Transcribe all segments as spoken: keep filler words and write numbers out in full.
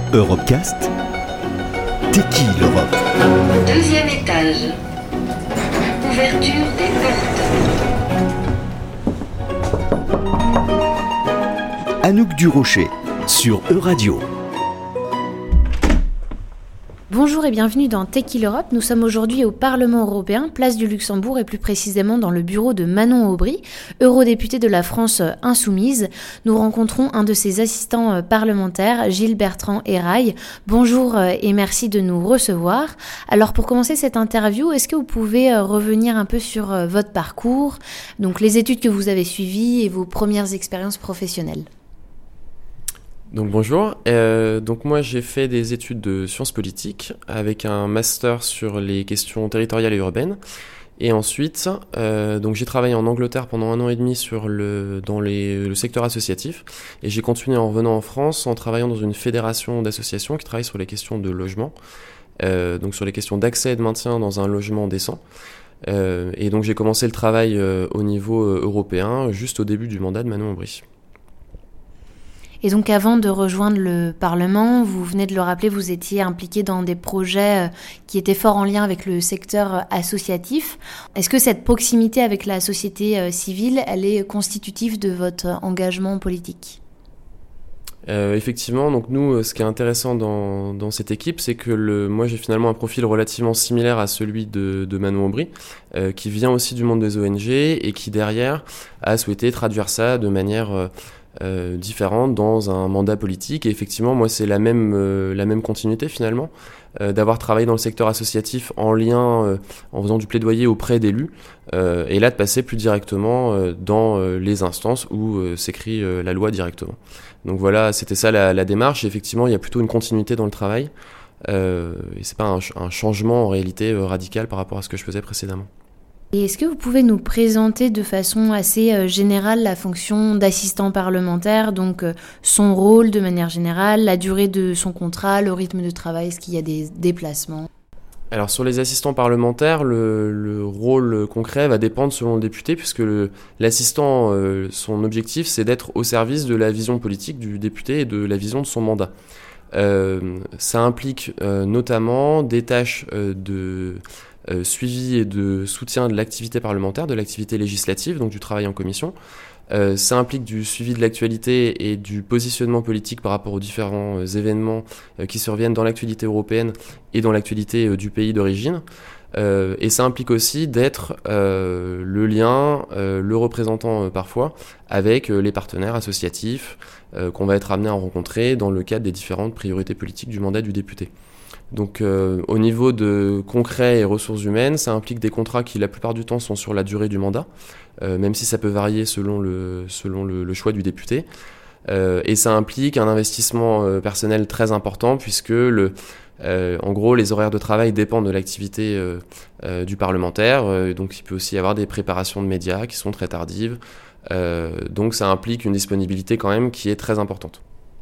Europecast. T'es qui l'Europe ? Deuxième étage. Ouverture des portes. Anouk Durocher sur Euradio. Bonjour et bienvenue dans T'es qui l'Europe. Nous sommes aujourd'hui au Parlement européen, place du Luxembourg et plus précisément dans le bureau de Manon Aubry, eurodéputée de la France insoumise. Nous rencontrons un de ses assistants parlementaires, Gilles Bertrand Héraille. Bonjour et merci de nous recevoir. Alors pour commencer cette interview, est-ce que vous pouvez revenir un peu sur votre parcours, donc les études que vous avez suivies et vos premières expériences professionnelles ? Donc bonjour, euh, donc moi j'ai fait des études de sciences politiques avec un master sur les questions territoriales et urbaines et ensuite euh, donc j'ai travaillé en Angleterre pendant un an et demi sur le, dans les, le secteur associatif et j'ai continué en revenant en France en travaillant dans une fédération d'associations qui travaille sur les questions de logement, euh, donc sur les questions d'accès et de maintien dans un logement décent. Euh, et donc j'ai commencé le travail euh, au niveau euh, européen juste au début du mandat de Manon Aubry. Et donc avant de rejoindre le Parlement, vous venez de le rappeler, vous étiez impliqué dans des projets qui étaient fort en lien avec le secteur associatif. Est-ce que cette proximité avec la société civile, elle est constitutive de votre engagement politique ? Euh, effectivement, donc nous, ce qui est intéressant dans, dans cette équipe, c'est que le, moi j'ai finalement un profil relativement similaire à celui de, de Manon Aubry, euh, qui vient aussi du monde des O N G et qui derrière a souhaité traduire ça de manière euh, Euh, différente dans un mandat politique. Et effectivement, moi, c'est la même, euh, la même continuité finalement, euh, d'avoir travaillé dans le secteur associatif en lien, euh, en faisant du plaidoyer auprès d'élus, euh, et là de passer plus directement euh, dans euh, les instances où euh, s'écrit euh, la loi directement. Donc voilà, c'était ça la, la démarche. Et effectivement, il y a plutôt une continuité dans le travail, euh, et c'est pas un, un changement en réalité euh, radical par rapport à ce que je faisais précédemment. Et est-ce que vous pouvez nous présenter de façon assez euh, générale la fonction d'assistant parlementaire, donc euh, son rôle de manière générale, la durée de son contrat, le rythme de travail, est-ce qu'il y a des déplacements ? Alors sur les assistants parlementaires, le, le rôle concret va dépendre selon le député, puisque le, l'assistant, euh, son objectif, c'est d'être au service de la vision politique du député et de la vision de son mandat. Euh, ça implique euh, notamment des tâches euh, de... Euh, suivi et de soutien de l'activité parlementaire, de l'activité législative, donc du travail en commission. Euh, ça implique du suivi de l'actualité et du positionnement politique par rapport aux différents euh, événements euh, qui surviennent dans l'actualité européenne et dans l'actualité euh, du pays d'origine. Euh, et ça implique aussi d'être euh, le lien, euh, le représentant euh, parfois, avec euh, les partenaires associatifs euh, qu'on va être amené à rencontrer dans le cadre des différentes priorités politiques du mandat du député. Donc euh, au niveau de concret et ressources humaines, ça implique des contrats qui la plupart du temps sont sur la durée du mandat, euh, même si ça peut varier selon le, selon le, le choix du député. Euh, et ça implique un investissement euh, personnel très important puisque le, euh, en gros les horaires de travail dépendent de l'activité euh, euh, du parlementaire, euh, donc il peut aussi y avoir des préparations de médias qui sont très tardives, euh, donc ça implique une disponibilité quand même qui est très importante.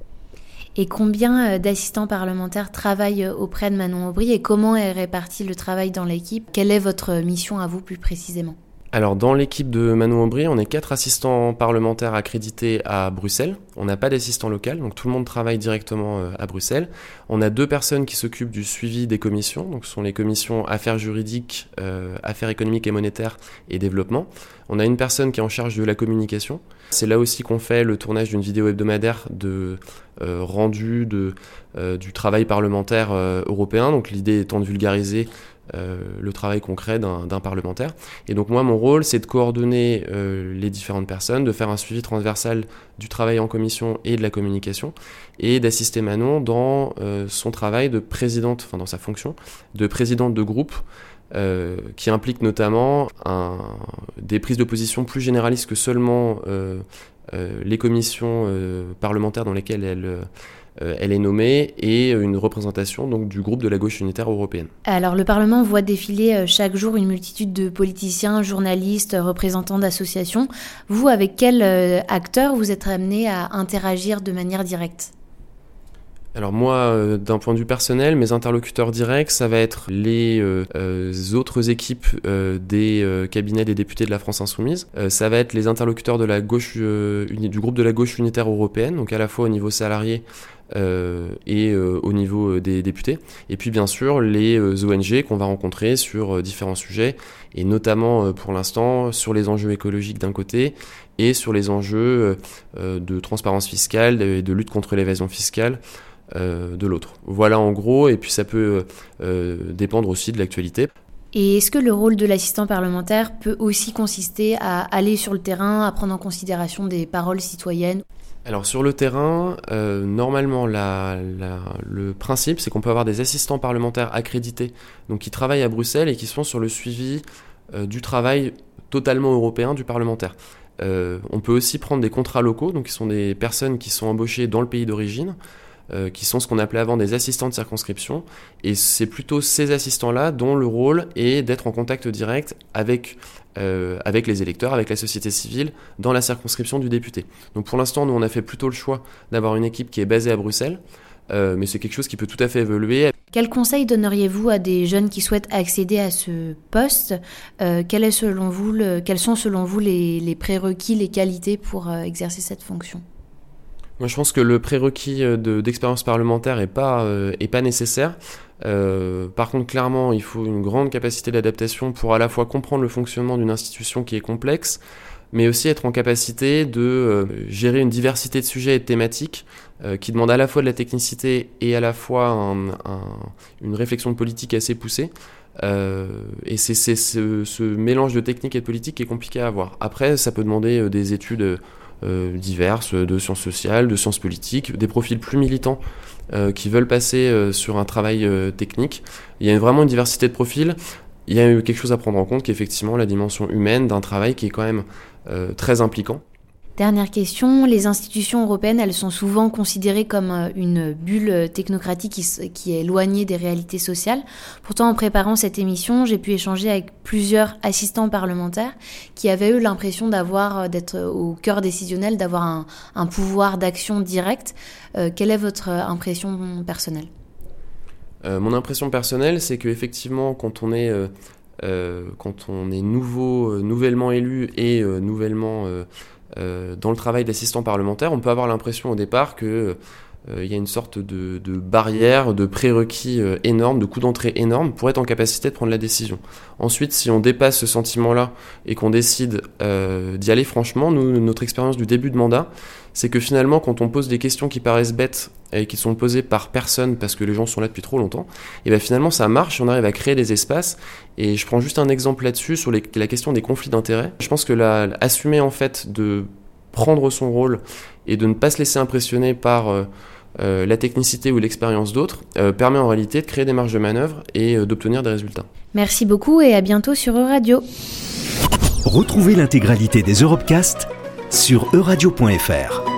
Et combien d'assistants parlementaires travaillent auprès de Manon Aubry et comment est réparti le travail dans l'équipe ? Quelle est votre mission à vous plus précisément ? Alors dans l'équipe de Manon Aubry, on est quatre assistants parlementaires accrédités à Bruxelles. On n'a pas d'assistant local, donc tout le monde travaille directement à Bruxelles. On a deux personnes qui s'occupent du suivi des commissions, donc ce sont les commissions affaires juridiques, euh, affaires économiques et monétaires et développement. On a une personne qui est en charge de la communication. C'est là aussi qu'on fait le tournage d'une vidéo hebdomadaire de euh, rendu de, euh, du travail parlementaire euh, européen. Donc l'idée étant de vulgariser euh, le travail concret d'un, d'un parlementaire. Et donc moi, mon rôle, c'est de coordonner euh, les différentes personnes, de faire un suivi transversal du travail en commission et de la communication, et d'assister Manon dans euh, son travail de présidente, enfin dans sa fonction, de présidente de groupe, Euh, qui implique notamment un, des prises de position plus généralistes que seulement euh, euh, les commissions euh, parlementaires dans lesquelles elle, euh, elle est nommée et une représentation donc, du groupe de la gauche unitaire européenne. Alors le Parlement voit défiler chaque jour une multitude de politiciens, journalistes, représentants d'associations. Vous, avec quels euh, acteurs vous êtes amenés à interagir de manière directe ? Alors moi, euh, d'un point de vue personnel, mes interlocuteurs directs, ça va être les euh, euh, autres équipes euh, des euh, cabinets des députés de la France insoumise. Euh, ça va être les interlocuteurs de la gauche, euh, uni, du groupe de la gauche unitaire européenne, donc à la fois au niveau salarié, euh, et euh, au niveau des députés. Et puis bien sûr les euh, O N G qu'on va rencontrer sur euh, différents sujets, et notamment euh, pour l'instant sur les enjeux écologiques d'un côté et sur les enjeux euh, de transparence fiscale et de lutte contre l'évasion fiscale euh, de l'autre. Voilà en gros, et puis ça peut euh, dépendre aussi de l'actualité. Et est-ce que le rôle de l'assistant parlementaire peut aussi consister à aller sur le terrain, à prendre en considération des paroles citoyennes ? Alors sur le terrain, euh, normalement la, la, le principe c'est qu'on peut avoir des assistants parlementaires accrédités, donc qui travaillent à Bruxelles et qui sont sur le suivi euh, du travail totalement européen du parlementaire. Euh, on peut aussi prendre des contrats locaux, donc qui sont des personnes qui sont embauchées dans le pays d'origine, euh, qui sont ce qu'on appelait avant des assistants de circonscription, et c'est plutôt ces assistants-là dont le rôle est d'être en contact direct avec Euh, avec les électeurs, avec la société civile, dans la circonscription du député. Donc pour l'instant, nous, on a fait plutôt le choix d'avoir une équipe qui est basée à Bruxelles, euh, mais c'est quelque chose qui peut tout à fait évoluer. Quel conseil donneriez-vous à des jeunes qui souhaitent accéder à ce poste ? euh, quel est selon vous le, Quels sont selon vous les, les prérequis, les qualités pour euh, exercer cette fonction ? Moi, je pense que le prérequis de, d'expérience parlementaire n'est pas, euh, est pas nécessaire. Euh, par contre, clairement, il faut une grande capacité d'adaptation pour à la fois comprendre le fonctionnement d'une institution qui est complexe, mais aussi être en capacité de euh, gérer une diversité de sujets et de thématiques euh, qui demandent à la fois de la technicité et à la fois un, un, une réflexion politique assez poussée. Euh, et c'est, c'est ce, ce mélange de technique et de politique qui est compliqué à avoir. Après, ça peut demander euh, des études euh, diverses, de sciences sociales, de sciences politiques, des profils plus militants Euh, qui veulent passer euh, sur un travail euh, technique. Il y a vraiment une diversité de profils. Il y a eu quelque chose à prendre en compte, qui est effectivement la dimension humaine d'un travail qui est quand même euh, très impliquant. Dernière question, les institutions européennes, elles sont souvent considérées comme une bulle technocratique qui, qui est éloignée des réalités sociales. Pourtant, en préparant cette émission, j'ai pu échanger avec plusieurs assistants parlementaires qui avaient eu l'impression d'avoir, d'être au cœur décisionnel, d'avoir un, un pouvoir d'action direct. Euh, quelle est votre impression personnelle ? euh, Mon impression personnelle, c'est qu'effectivement, quand on est, euh, euh, quand on est nouveau, euh, nouvellement élu et euh, nouvellement... Euh, Euh, dans le travail d'assistant parlementaire, on peut avoir l'impression au départ qu'il euh, y a une sorte de, de barrière, de prérequis euh, énorme, de coût d'entrée énorme pour être en capacité de prendre la décision. Ensuite, si on dépasse ce sentiment-là et qu'on décide euh, d'y aller franchement, nous, notre expérience du début de mandat, c'est que finalement, quand on pose des questions qui paraissent bêtes et qui sont posées par personne parce que les gens sont là depuis trop longtemps, et bien finalement ça marche, on arrive à créer des espaces. Et je prends juste un exemple là-dessus sur les, la question des conflits d'intérêts. Je pense que la, assumer en fait de prendre son rôle et de ne pas se laisser impressionner par euh, euh, la technicité ou l'expérience d'autres euh, permet en réalité de créer des marges de manœuvre et euh, d'obtenir des résultats. Merci beaucoup et à bientôt sur Euradio. Retrouvez l'intégralité des Europecast sur euradio point f r.